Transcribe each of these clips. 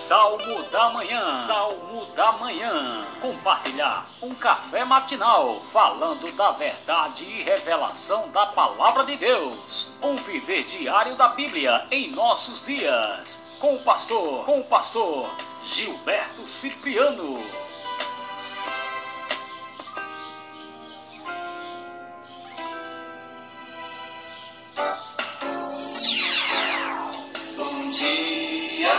Salmo da Manhã. Salmo da Manhã. Compartilhar um café matinal falando da verdade e revelação da Palavra de Deus. Um viver diário da Bíblia em nossos dias. Com o pastor Gilberto Cipriano. Bom dia.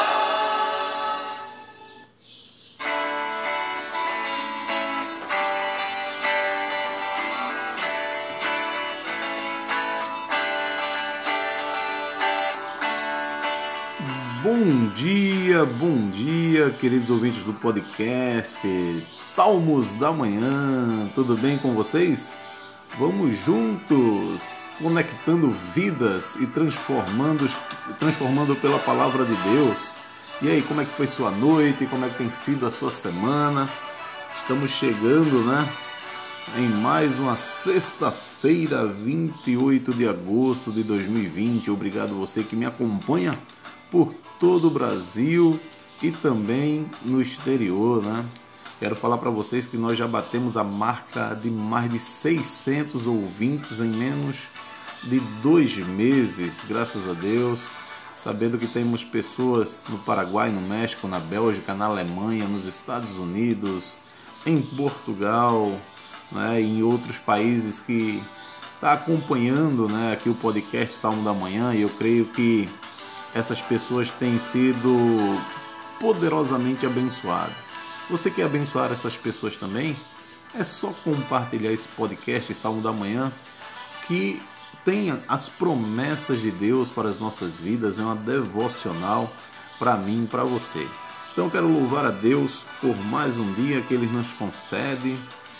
Bom dia, queridos ouvintes do podcast Salmos da Manhã. Tudo bem com vocês? Vamos juntos, conectando vidas e transformando pela palavra de Deus. E aí, como é que foi sua noite? Como é que tem sido a sua semana? Estamos chegando, em mais uma sexta-feira, 28 de agosto de 2020. Obrigado você que me acompanha por todo o Brasil e também no exterior, Quero falar para vocês que nós já batemos a marca de mais de 600 ouvintes em menos de 2 meses, graças a Deus. Sabendo que temos pessoas no Paraguai, no México, na Bélgica, na Alemanha, nos Estados Unidos, em Portugal, e em outros países que está acompanhando, aqui o podcast Salmo da Manhã. E eu creio que essas pessoas têm sido poderosamente abençoadas. Você quer abençoar essas pessoas também? É só compartilhar esse podcast Salmo da Manhã, que tem as promessas de Deus para as nossas vidas. É uma devocional para mim e para você. Então quero louvar a Deus por mais um dia que Ele nos concede,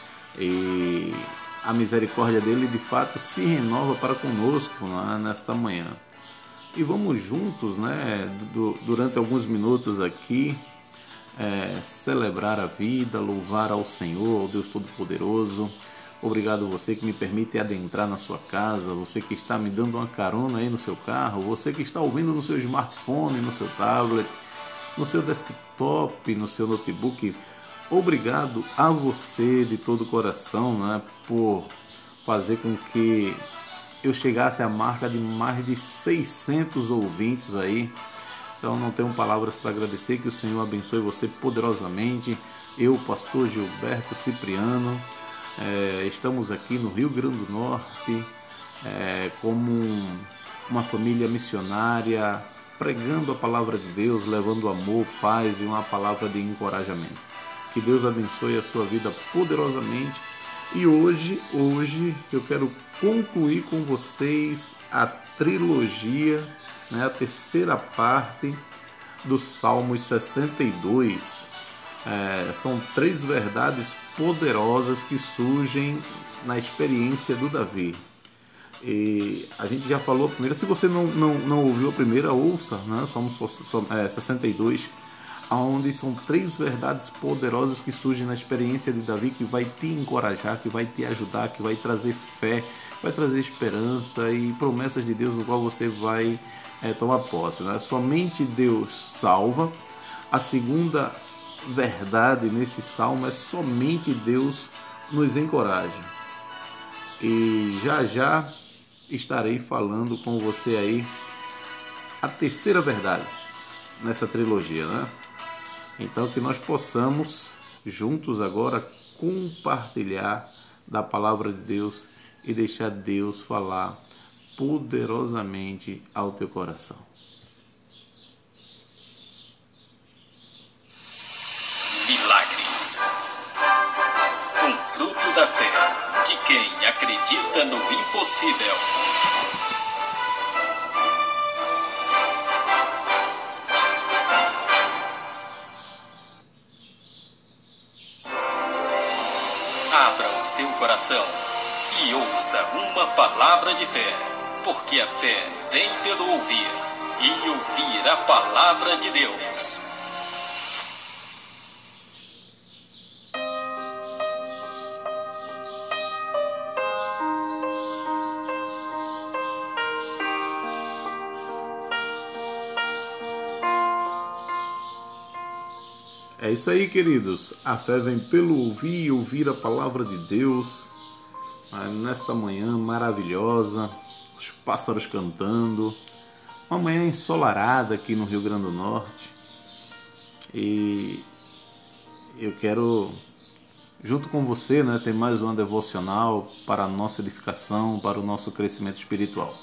e a misericórdia dele de fato se renova para conosco nesta manhã. E vamos juntos, durante alguns minutos aqui, celebrar a vida, louvar ao Senhor, ao Deus Todo-Poderoso. Obrigado você que me permite adentrar na sua casa, você que está me dando uma carona aí no seu carro, você que está ouvindo no seu smartphone, no seu tablet, no seu desktop, no seu notebook. Obrigado a você de todo o coração, por fazer com que eu chegasse à marca de mais de 600 ouvintes aí. Então não tenho palavras para agradecer. Que o Senhor abençoe você poderosamente. Eu, pastor Gilberto Cipriano, estamos aqui no Rio Grande do Norte, como uma família missionária, pregando a palavra de Deus, levando amor, paz e uma palavra de encorajamento. Que Deus abençoe a sua vida poderosamente. E hoje eu quero concluir com vocês a trilogia, a terceira parte do Salmos 62. São 3 verdades poderosas que surgem na experiência do Davi. E a gente já falou a primeira. Se você não ouviu a primeira, ouça, Salmos 62, onde são 3 verdades poderosas que surgem na experiência de Davi, que vai te encorajar, que vai te ajudar, que vai trazer fé, vai trazer esperança e promessas de Deus, no qual você vai tomar posse. Somente Deus salva. A segunda verdade nesse salmo é: somente Deus nos encoraja. E já estarei falando com você aí a terceira verdade nessa trilogia, Então que nós possamos juntos agora compartilhar da palavra de Deus e deixar Deus falar poderosamente ao teu coração. Milagres. Com fruto da fé de quem acredita no impossível. Abra o seu coração e ouça uma palavra de fé, porque a fé vem pelo ouvir, e ouvir a palavra de Deus. É isso aí, queridos. A fé vem pelo ouvir e ouvir a palavra de Deus. Nesta manhã maravilhosa, os pássaros cantando, uma manhã ensolarada aqui no Rio Grande do Norte. E eu quero, junto com você, ter mais uma devocional para a nossa edificação, para o nosso crescimento espiritual.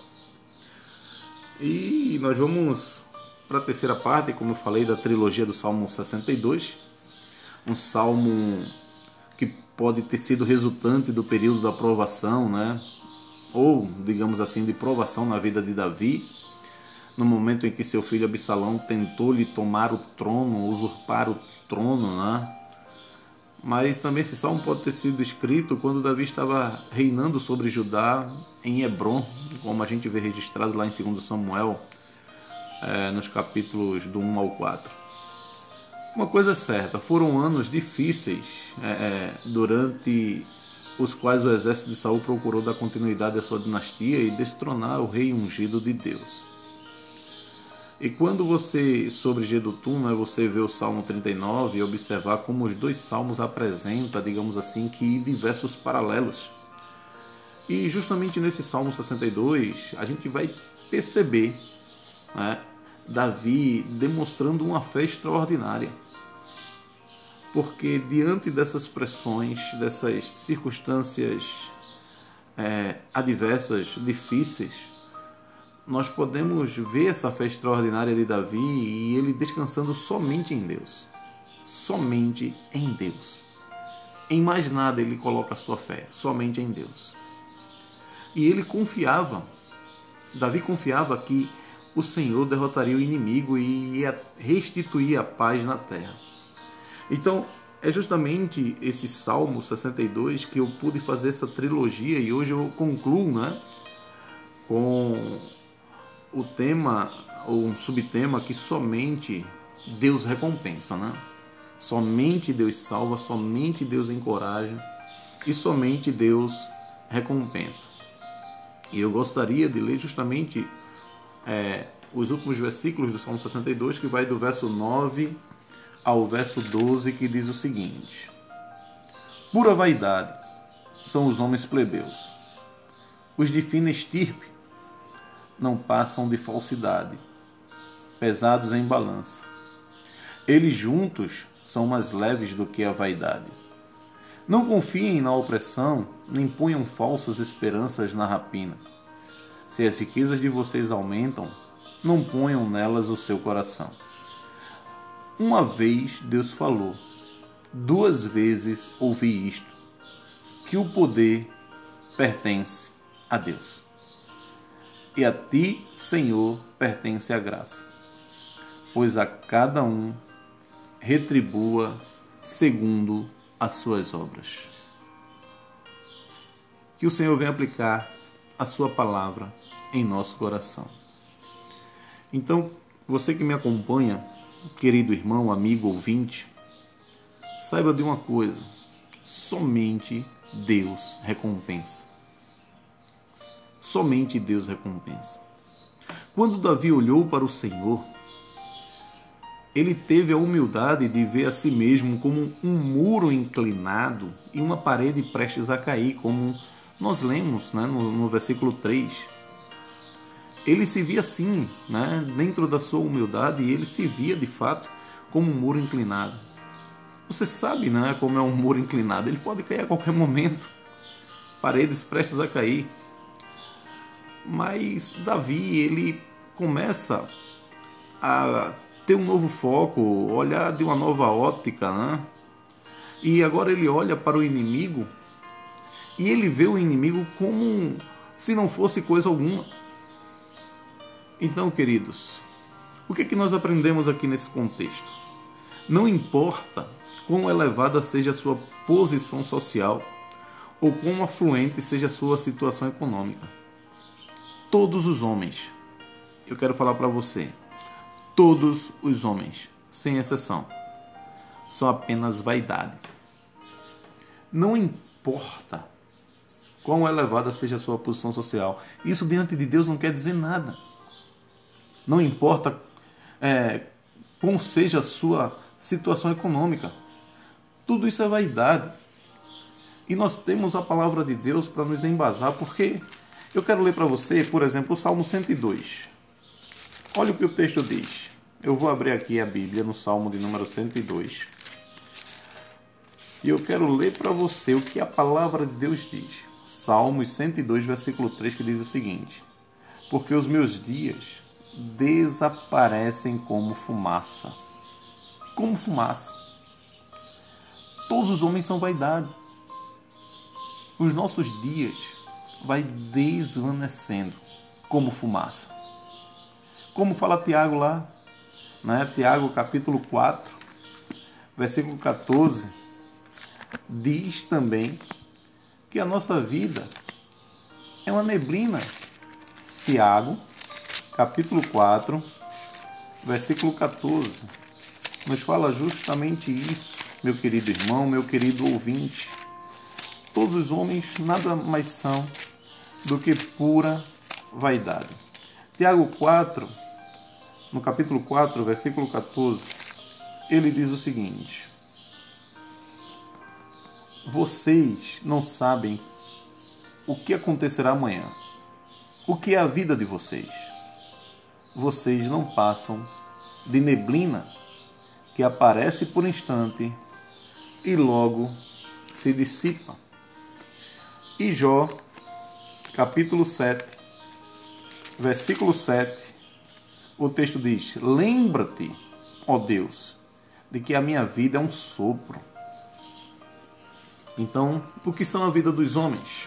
E nós vamos para a terceira parte, como eu falei, da trilogia do Salmo 62, um salmo que pode ter sido resultante do período da provação, ou, digamos assim, de provação na vida de Davi, no momento em que seu filho Absalão tentou lhe tomar o trono, usurpar o trono, Mas também esse salmo pode ter sido escrito quando Davi estava reinando sobre Judá em Hebrom, como a gente vê registrado lá em 2 Samuel, nos capítulos do 1 ao 4. Uma coisa é certa, foram anos difíceis durante os quais o exército de Saul procurou dar continuidade à sua dinastia e destronar o rei ungido de Deus. E quando você, sobre Jedutum, você vê o Salmo 39 e observar como os dois salmos apresentam, digamos assim, que diversos paralelos. E justamente nesse Salmo 62, a gente vai perceber Davi demonstrando uma fé extraordinária. Porque diante dessas pressões, dessas circunstâncias adversas, difíceis, nós podemos ver essa fé extraordinária de Davi e ele descansando somente em Deus. Somente em Deus. Em mais nada ele coloca a sua fé, somente em Deus. E ele confiava, Davi confiava que o Senhor derrotaria o inimigo e ia restituir a paz na terra. Então, é justamente esse Salmo 62 que eu pude fazer essa trilogia e hoje eu concluo, com o tema, ou um subtema que somente Deus recompensa, Somente Deus salva, somente Deus encoraja e somente Deus recompensa. E eu gostaria de ler justamente os últimos versículos do Salmo 62, que vai do verso 9 ao verso 12, que diz o seguinte: Pura vaidade são os homens plebeus, os de fina estirpe não passam de falsidade, pesados em balança. Eles juntos são mais leves do que a vaidade. Não confiem na opressão, nem ponham falsas esperanças na rapina. Se as riquezas de vocês aumentam, não ponham nelas o seu coração. Uma vez Deus falou, 2 vezes ouvi isto, que o poder pertence a Deus. E a ti, Senhor, pertence a graça, pois a cada um retribua segundo as suas obras. Que o Senhor venha aplicar a sua palavra em nosso coração. Então, você que me acompanha, querido irmão, amigo, ouvinte, saiba de uma coisa: somente Deus recompensa. Somente Deus recompensa. Quando Davi olhou para o Senhor, ele teve a humildade de ver a si mesmo como um muro inclinado e uma parede prestes a cair, como nós lemos no versículo 3. Ele se via assim, dentro da sua humildade, e ele se via de fato como um muro inclinado. Você sabe como é um muro inclinado, ele pode cair a qualquer momento, paredes prestes a cair. Mas Davi, ele começa a ter um novo foco, olhar de uma nova ótica, E agora ele olha para o inimigo e ele vê o inimigo como se não fosse coisa alguma. Então, queridos, o que é que nós aprendemos aqui nesse contexto? Não importa quão elevada seja a sua posição social ou quão afluente seja a sua situação econômica. Todos os homens, eu quero falar para você, todos os homens, sem exceção, são apenas vaidade. Não importa quão elevada seja a sua posição social, isso diante de Deus não quer dizer nada. Não importa qual seja a sua situação econômica. Tudo isso é vaidade. E nós temos a palavra de Deus para nos embasar, porque eu quero ler para você, por exemplo, o Salmo 102. Olha o que o texto diz. Eu vou abrir aqui a Bíblia no Salmo de número 102. E eu quero ler para você o que a palavra de Deus diz. Salmos 102, versículo 3, que diz o seguinte: porque os meus dias desaparecem como fumaça. Como fumaça. Todos os homens são vaidade. Os nossos dias vai desvanecendo como fumaça. Como fala Tiago lá, né? Tiago capítulo 4, versículo 14, diz também que a nossa vida é uma neblina. Tiago capítulo 4, versículo 14, nos fala justamente isso, meu querido irmão, meu querido ouvinte. Todos os homens nada mais são do que pura vaidade. Tiago 4, no capítulo 4, versículo 14, ele diz o seguinte: vocês não sabem o que acontecerá amanhã. O que é a vida de vocês? Vocês não passam de neblina que aparece por instante e logo se dissipa. E Jó, capítulo 7, versículo 7, o texto diz: lembra-te, ó Deus, de que a minha vida é um sopro. Então, o que são a vida dos homens?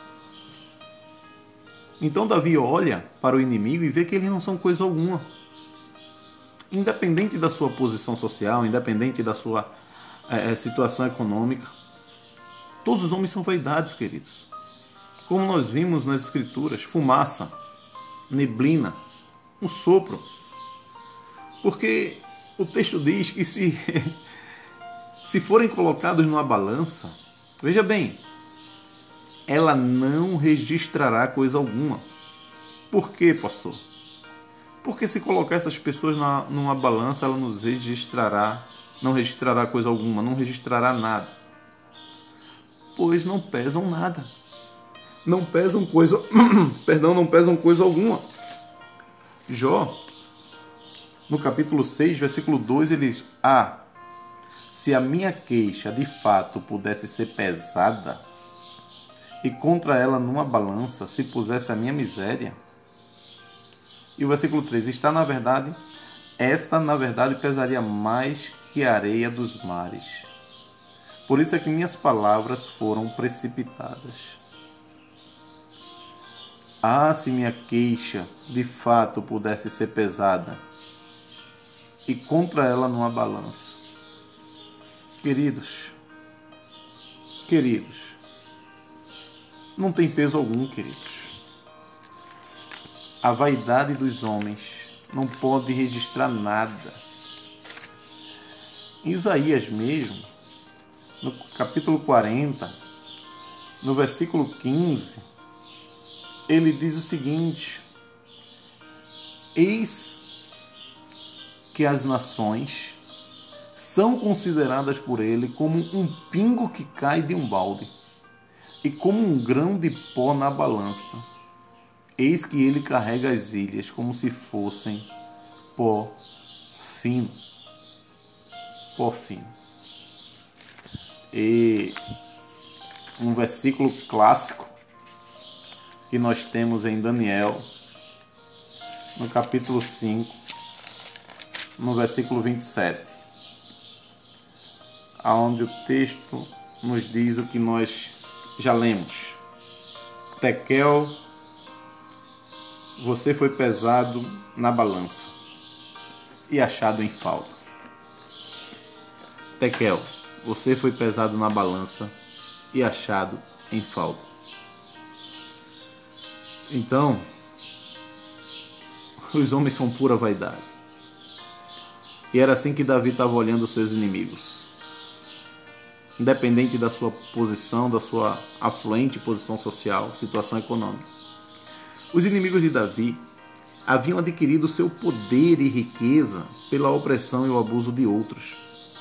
Então Davi olha para o inimigo e vê que eles não são coisa alguma. Independente da sua posição social, independente da sua situação econômica, todos os homens são vaidades, queridos. Como nós vimos nas Escrituras, fumaça, neblina, um sopro. Porque o texto diz que se forem colocados numa balança, veja bem, ela não registrará coisa alguma. Por quê, pastor? Porque se colocar essas pessoas numa balança, ela não registrará coisa alguma, não registrará nada. Pois não pesam nada. Não pesam coisa, não pesam coisa alguma. Jó, no capítulo 6, versículo 2, ele diz: se a minha queixa de fato pudesse ser pesada, e contra ela numa balança se pusesse a minha miséria. E o versículo 3, esta na verdade pesaria mais que a areia dos mares. Por isso é que minhas palavras foram precipitadas. Se minha queixa de fato pudesse ser pesada, e contra ela numa balança. Queridos, não tem peso algum, queridos. A vaidade dos homens não pode registrar nada. Em Isaías mesmo, no capítulo 40, no versículo 15, ele diz o seguinte: eis que as nações são consideradas por ele como um pingo que cai de um balde, e como um grão de pó na balança. Eis que ele carrega as ilhas como se fossem pó fino. Pó fino. E um versículo clássico que nós temos em Daniel, no capítulo 5, no versículo 27, aonde o texto nos diz o que nós já lemos. Tekel, você foi pesado na balança e achado em falta. Tekel, você foi pesado na balança e achado em falta. Então, os homens são pura vaidade. E era assim que Davi estava olhando os seus inimigos. Independente da sua posição, da sua afluente posição social, situação econômica. Os inimigos de Davi haviam adquirido seu poder e riqueza pela opressão e o abuso de outros.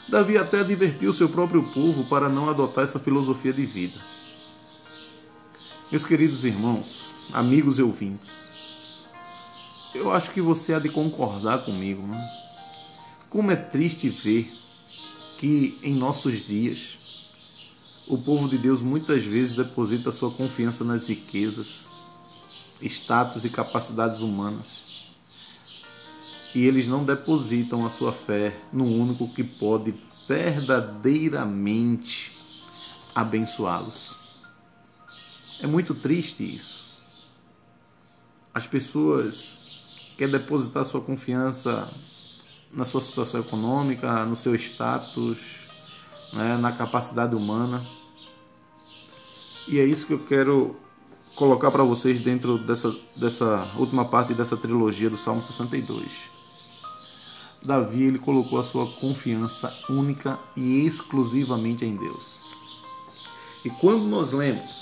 Davi até advertiu seu próprio povo para não adotar essa filosofia de vida. Meus queridos irmãos, amigos e ouvintes, eu acho que você há de concordar comigo, né? Como é triste ver que em nossos dias o povo de Deus muitas vezes deposita sua confiança nas riquezas, status e capacidades humanas. E eles não depositam a sua fé no único que pode verdadeiramente abençoá-los. É muito triste isso. As pessoas querem depositar sua confiança na sua situação econômica, no seu status, né, na capacidade humana. E é isso que eu quero colocar para vocês dentro dessa última parte dessa trilogia do Salmo 62. Davi, ele colocou a sua confiança única e exclusivamente em Deus. E quando nós lemos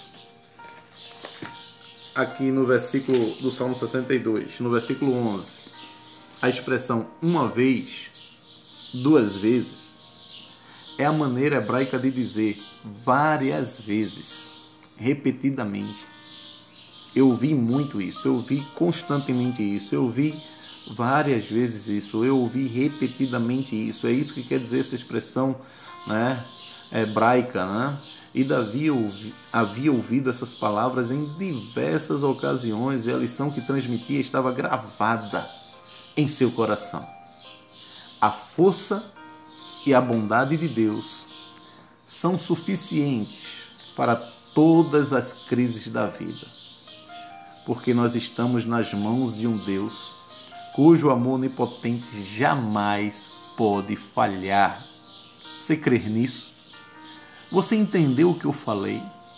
aqui no versículo do Salmo 62, no versículo 11, a expressão uma vez, duas vezes, é a maneira hebraica de dizer várias vezes, repetidamente. Eu ouvi muito isso, eu ouvi constantemente isso, eu ouvi várias vezes isso, eu ouvi repetidamente isso. É isso que quer dizer essa expressão, né, hebraica, né? E Davi havia ouvido essas palavras em diversas ocasiões e a lição que transmitia estava gravada em seu coração. A força e a bondade de Deus são suficientes para todas as crises da vida, porque nós estamos nas mãos de um Deus cujo amor onipotente jamais pode falhar. Você crê nisso? Você entendeu o que eu falei?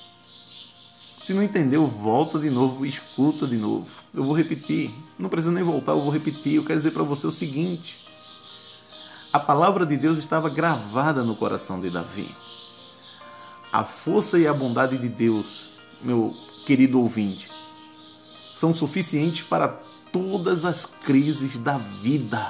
Se não entendeu, volta de novo, escuta de novo. Eu vou repetir. Não precisa nem voltar, eu vou repetir. Eu quero dizer para você o seguinte. A palavra de Deus estava gravada no coração de Davi. A força e a bondade de Deus, meu querido ouvinte, são suficientes para todas as crises da vida.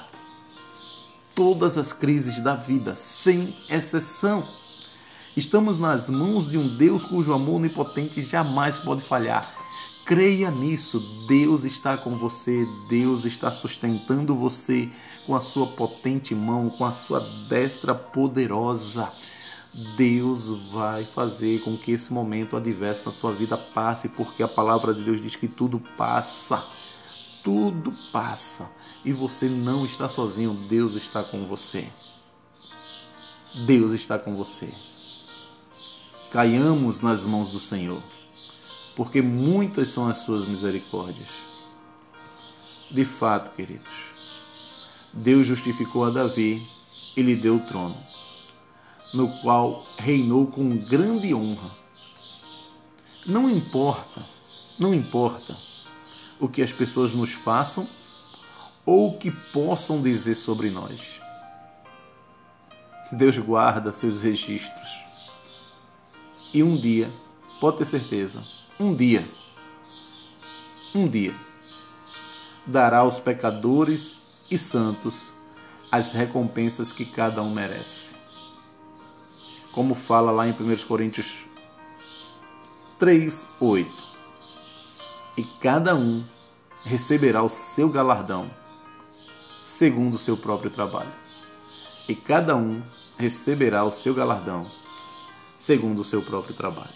Todas as crises da vida, sem exceção. Estamos nas mãos de um Deus cujo amor onipotente jamais pode falhar. Creia nisso. Deus está com você. Deus está sustentando você com a sua potente mão, com a sua destra poderosa. Deus vai fazer com que esse momento adverso na tua vida passe, porque a palavra de Deus diz que tudo passa. Tudo passa. E você não está sozinho. Deus está com você. Deus está com você. Caiamos nas mãos do Senhor, porque muitas são as suas misericórdias. De fato, queridos, Deus justificou a Davi e lhe deu o trono, no qual reinou com grande honra. Não importa o que as pessoas nos façam ou o que possam dizer sobre nós. Deus guarda seus registros. E um dia, pode ter certeza, um dia, dará aos pecadores e santos as recompensas que cada um merece. Como fala lá em 1 Coríntios 3:8. E cada um receberá o seu galardão, segundo o seu próprio trabalho. E cada um receberá o seu galardão, segundo o seu próprio trabalho.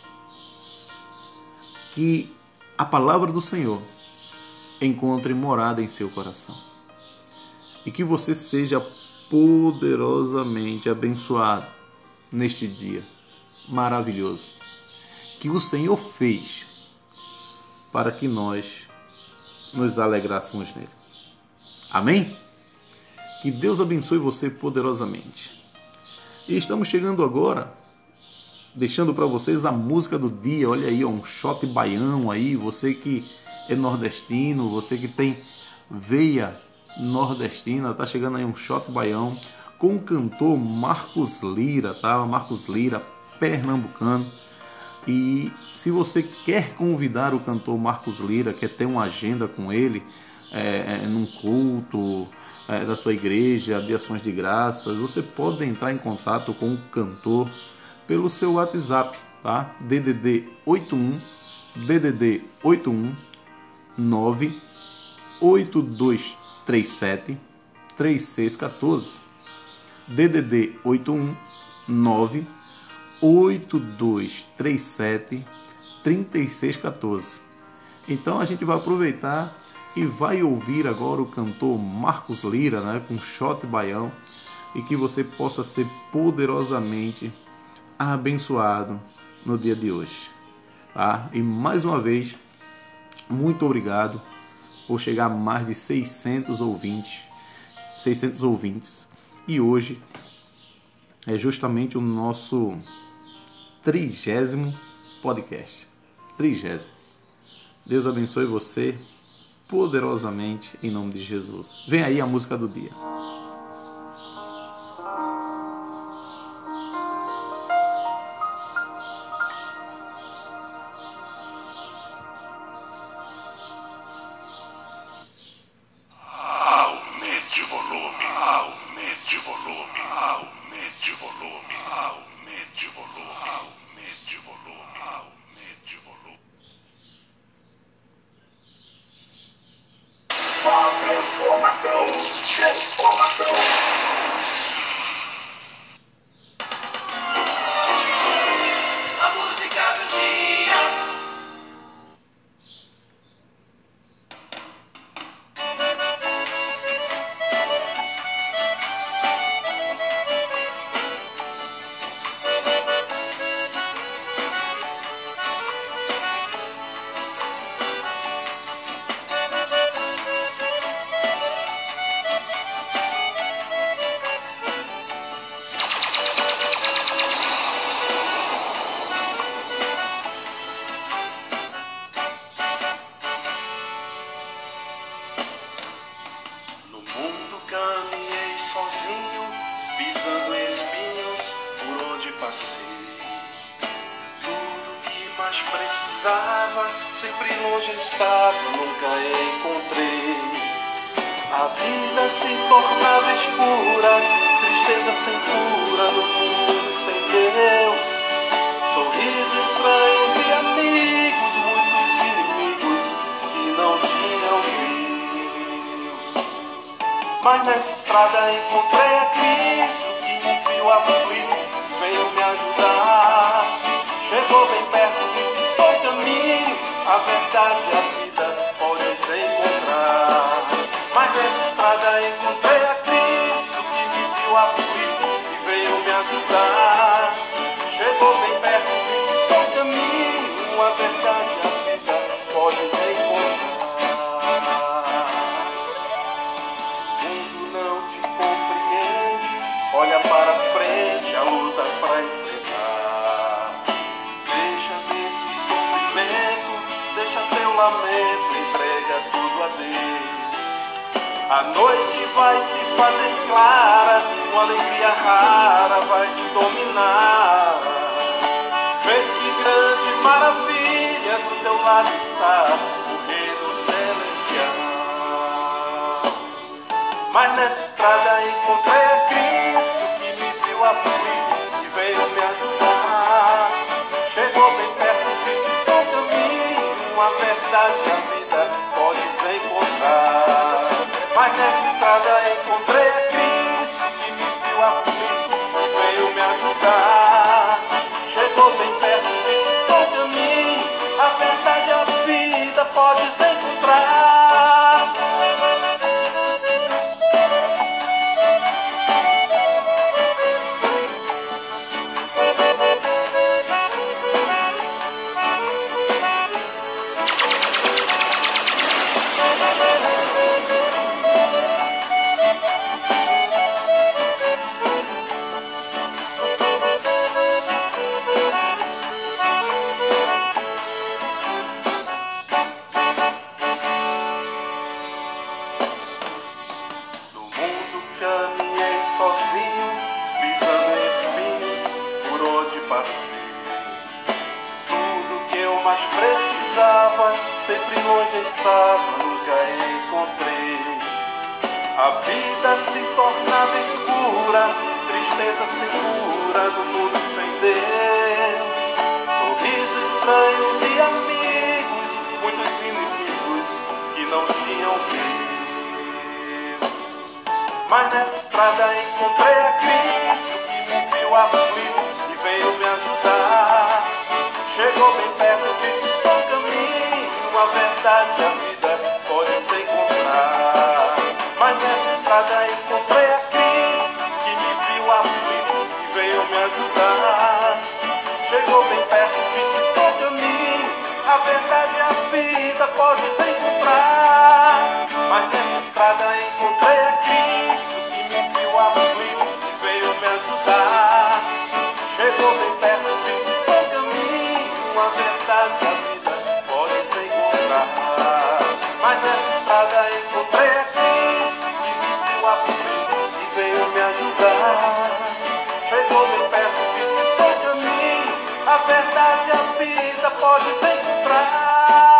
Que a palavra do Senhor encontre morada em seu coração. E que você seja poderosamente abençoado neste dia maravilhoso que o Senhor fez para que nós nos alegrássemos nele. Amém? Que Deus abençoe você poderosamente. E estamos chegando agora, deixando para vocês a música do dia. Olha aí, um shot baião aí, você que é nordestino, você que tem veia nordestina, tá chegando aí um shot baião com o cantor Marcos Lira, tá? Marcos Lira, pernambucano. E se você quer convidar o cantor Marcos Lira, quer ter uma agenda com ele, num culto, da sua igreja, de ações de graças, você pode entrar em contato com o cantor pelo seu WhatsApp, tá? DDD 81 98237 3614. DDD 81 98237 3614. Então a gente vai aproveitar e vai ouvir agora o cantor Marcos Lira, né, com Shot Baião, e que você possa ser poderosamente abençoado no dia de hoje, tá? E mais uma vez, muito obrigado por chegar a mais de 600 ouvintes, e hoje é justamente o nosso 30º podcast. 30º. Deus abençoe você poderosamente em nome de Jesus. Vem aí a música do dia. Aumente o volume, aumente o volume, aumente o volume, aumente o volume, aumente o volume, aumente o volume. Só transformação, transformação. A música do dia. Caminhei sozinho, pisando espinhos por onde passei. Tudo que mais precisava, sempre longe estava, nunca encontrei. A vida se tornava escura, tristeza sem cura, no mundo sem Deus. Sorriso estranho de amigos, muitos inimigos que não tinham Deus. Mas nessa estrada encontrei a Cristo que me viu aflito, veio me ajudar. Chegou bem perto, disse: só o caminho, a verdade e a vida podes encontrar. Mas nessa estrada encontrei a Cristo que me viu aflito e veio me ajudar. Chegou bem perto, disse: só o caminho, a verdade e a vida podes encontrar. Olha para frente, a luta para enfrentar. Deixa desse sofrimento, deixa teu lamento, entrega tudo a Deus. A noite vai se fazer clara, uma alegria rara vai te dominar. Vê que grande maravilha do teu lado está o reino celestial. Mas nessa estrada encontrei a Cristo que me viu aflito e veio me ajudar. Chegou bem perto, disse: só o caminho, a verdade e a vida podes encontrar. Mas nessa estrada encontrei a Cristo que me viu aflito e veio me ajudar. Chegou bem perto, disse: só o caminho, a verdade e a vida podes encontrar. Sozinho, pisando em espinhos por onde passei. Tudo que eu mais precisava, sempre longe estava, nunca encontrei. A A vida se tornava escura, tristeza segura no mundo sem Deus. Sorriso estranho de amigos, muitos inimigos que não tinham Deus. Mas nessa estrada encontrei a Cristo que me viu aflito e veio me ajudar. Chegou bem perto, disse: só um caminho, a verdade, a vida podem se encontrar. Mas nessa estrada encontrei a Cristo que me viu aflito e veio me ajudar. Chegou bem perto, disse: só um caminho, a verdade, a vida podem se encontrar. Mas nessa estrada encontrei a Cristo que me viu aflito e veio me ajudar. Chegou bem perto, disse: só um caminho, a verdade, a vida podem se encontrar. Mas nessa estrada encontrei a Cristo que me viu aflito e veio me ajudar. Chegou bem perto, disse: só um caminho, a verdade, a vida podem se encontrar.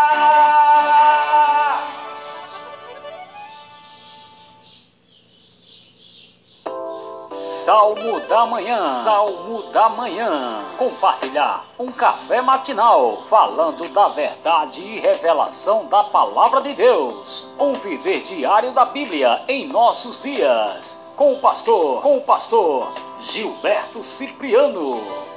Salmo da Manhã. Salmo da Manhã. Compartilhar um café matinal falando da verdade e revelação da Palavra de Deus. Um viver diário da Bíblia em nossos dias. Com o pastor Gilberto Cipriano.